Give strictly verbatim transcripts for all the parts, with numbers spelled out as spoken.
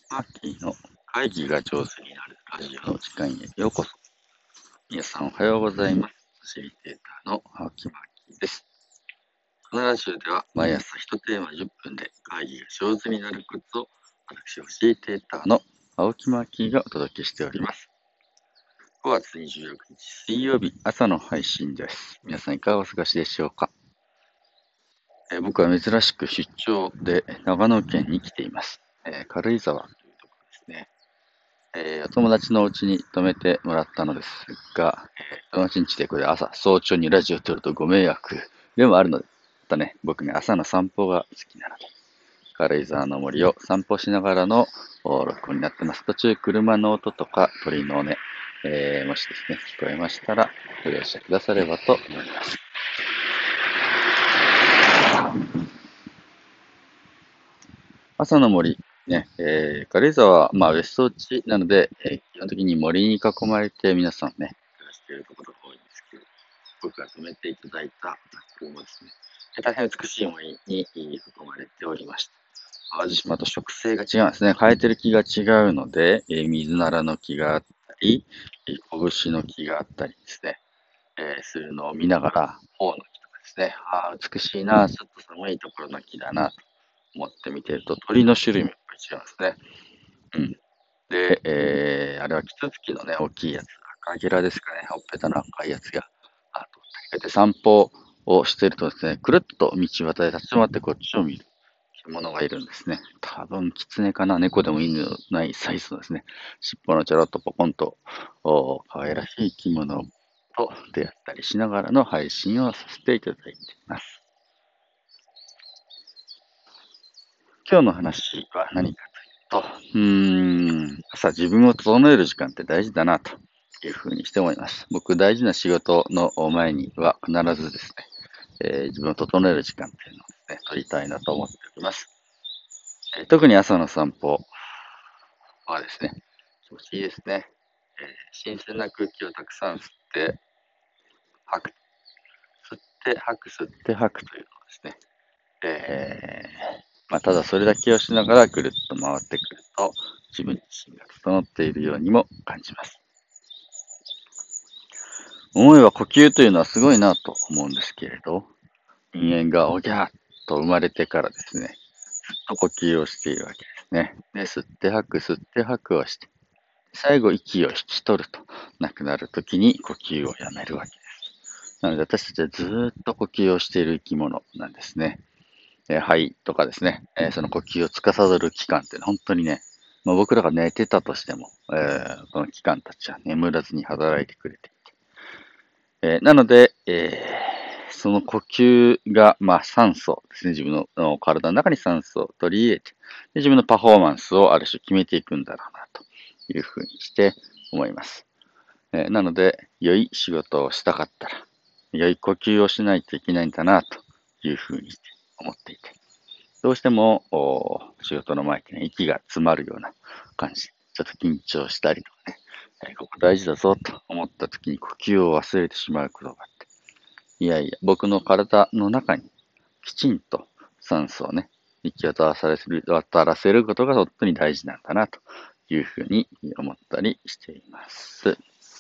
マーキーの会議が上手になるラジオの時間へようこそ。皆さんおはようございます。ファシリテーターの青木マーキーです。このラジオでは毎朝いちテーマじゅっぷんで会議が上手になるコツを私ファシリテーターの青木マーキーがお届けしております。ごがつにじゅうろくにち水曜日朝の配信です。皆さんいかがお過ごしでしょうか。えー僕は珍しく出張で長野県に来ています。えー軽井沢というところですね。えーお友達のお家に泊めてもらったのですが、えー友達ん家でこれ朝早朝にラジオを撮るとご迷惑でもあるので、またね、僕ね、朝の散歩が好きなので、軽井沢の森を散歩しながらのお録音になってます。途中、車の音とか鳥の音、えーもしですね、聞こえましたら、ご容赦くださればと思います。朝の森、ね、えー軽井沢は、まあ、別荘地なので、えー基本的に森に囲まれて皆さんね、暮らしているところが多いんですけど、僕が泊めていただいた宅もですね、大変美しい森に囲まれておりました。淡路島と植生が違うんですね。生えてる木が違うので、えー水ならの木があったり、えー拳の木があったりですね、えーするのを見ながら、頬の木とかですね、ああ、美しいな、ちょっと寒いところの木だなと思って見てると、鳥の種類もやっぱり違うんですね。うん。で、えーあれはキツツキのね、大きいやつ、赤ゲラですかね、ほっぺたの赤いやつが、あと、で散歩をしているとですね、くるっと道端で立ち止まってこっちを見る獣がいるんですね。多分、キツネかな、猫でも犬のないサイズのですね、尻尾のちょろっとポコンと、お可愛らしい生き物と出会ったりしながらの配信をさせていただいています。今日の話は何かというと、うーん、朝自分を整える時間って大事だなというふうにして思います。僕、大事な仕事の前には必ずですね、えー自分を整える時間っていうのをですね、取りたいなと思っております。えー特に朝の散歩はですね、気持ちいいですね。えー新鮮な空気をたくさん吸って吐く。吸って吐く、吸って吐くというのはですね、えーまあ、ただそれだけをしながらぐるっと回ってくると、自分自身が整っているようにも感じます。思えば呼吸というのはすごいなと思うんですけれど、人間がおぎゃーっと生まれてからですね、ずっと呼吸をしているわけですね。で、吸って吐く、吸って吐くをして、最後息を引き取ると、亡くなるときに呼吸をやめるわけです。なので私たちはずーっと呼吸をしている生き物なんですね。えー肺とかですね、えーその呼吸を司る器官っていうのは本当にね、まあ、僕らが寝てたとしても、えーこの器官たちは眠らずに働いてくれていて、えーなので、えーその呼吸が、まあ、酸素ですね、自分の体の中に酸素を取り入れて、で自分のパフォーマンスをある種決めていくんだろうなというふうにして思います。えーなので、良い仕事をしたかったら、良い呼吸をしないといけないんだなというふうに思っていて、どうしても仕事の前に、ね、息が詰まるような感じ、ちょっと緊張したりとかね、えーここ大事だぞと思った時に呼吸を忘れてしまうことがあって、いやいや、僕の体の中にきちんと酸素をね、行き渡らせる渡らせることが本当に大事なんだなというふうに思ったりしています。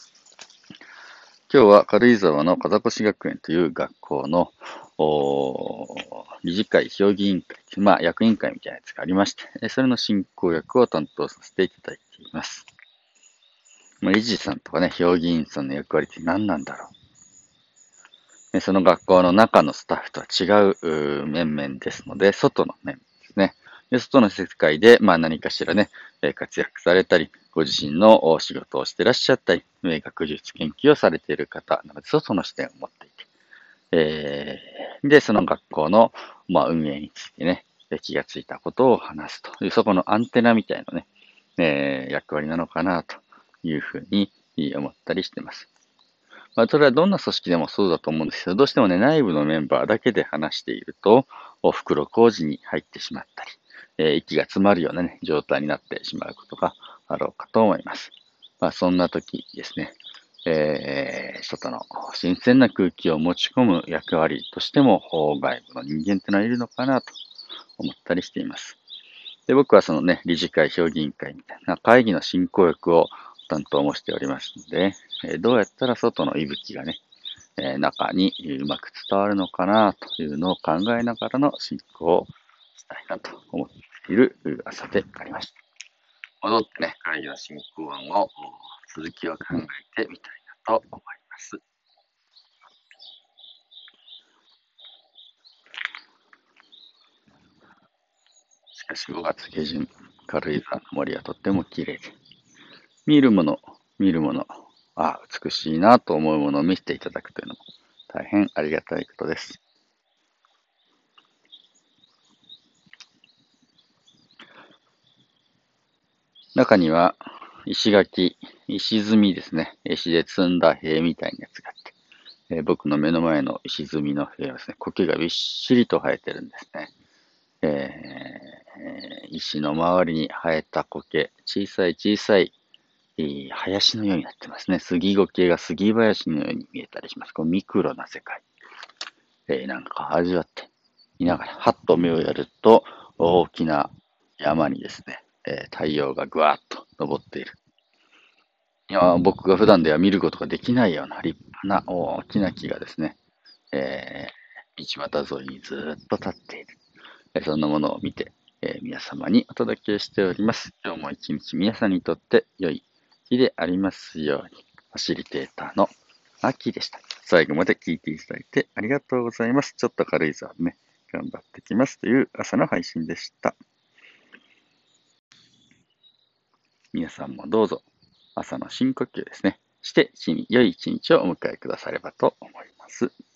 今日は軽井沢の風越学園という学校の理事会、評議員会、まあ役員会みたいなやつがありまして、それの進行役を担当させていただいています。まあ、理事さんとかね、評議員さんの役割って何なんだろう。その学校の中のスタッフとは違う面々ですので、外の面ですね。で外の世界で、まあ何かしらね、活躍されたり、ご自身の仕事をしていらっしゃったり、学術研究をされている方なので、外の視点を持っていて、えー、で、その学校の、まあ、運営についてね、気がついたことを話すという、そこのアンテナみたいなね、えー、役割なのかなというふうに思ったりしています。まあ、それはどんな組織でもそうだと思うんですけど、どうしてもね、内部のメンバーだけで話していると、お袋小路に入ってしまったり、えー、息が詰まるようなね、状態になってしまうことがあろうかと思います。まあ、そんな時ですね、えー、外の新鮮な空気を持ち込む役割としても、外部の人間ってのはいるのかなと思ったりしています。 で、僕はそのね、理事会、評議員会みたいな会議の進行役を担当もしておりますので、えーどうやったら外の息吹がね、えー中にうまく伝わるのかなというのを考えながらの進行をしたいなと思っている朝でありました。戻ってね、会議の進行案を続きを考えてみたいなと思います。しかしごがつ下旬、軽井沢の森はとっても綺麗で、見るもの、見るもの、ああ、美しいなと思うものを見せていただくというのも大変ありがたいことです。中には、石垣、石積みですね。石で積んだ塀みたいなやつがあって、えー僕の目の前の石積みの塀はですね、苔がびっしりと生えてるんですね。えー石の周りに生えた苔、小さい小さい、えー林のようになってますね。杉苔が杉林のように見えたりします。このミクロな世界、えーなんか味わっていながら、はっと目をやると、大きな山にですね、えー太陽がぐわっと昇っている。いや、僕が普段では見ることができないような立派な大きな木がですね、えー道端沿いにずっと立っている。えそんなものを見て、えー皆様にお届けしております。今日も一日皆さんにとって良い日でありますように。ファシリテーターのアッキーでした。最後まで聞いていただいてありがとうございます。ちょっと軽井沢ね、頑張ってきますという朝の配信でした。皆さんもどうぞ朝の深呼吸ですね。して、良い一日をお迎えくださればと思います。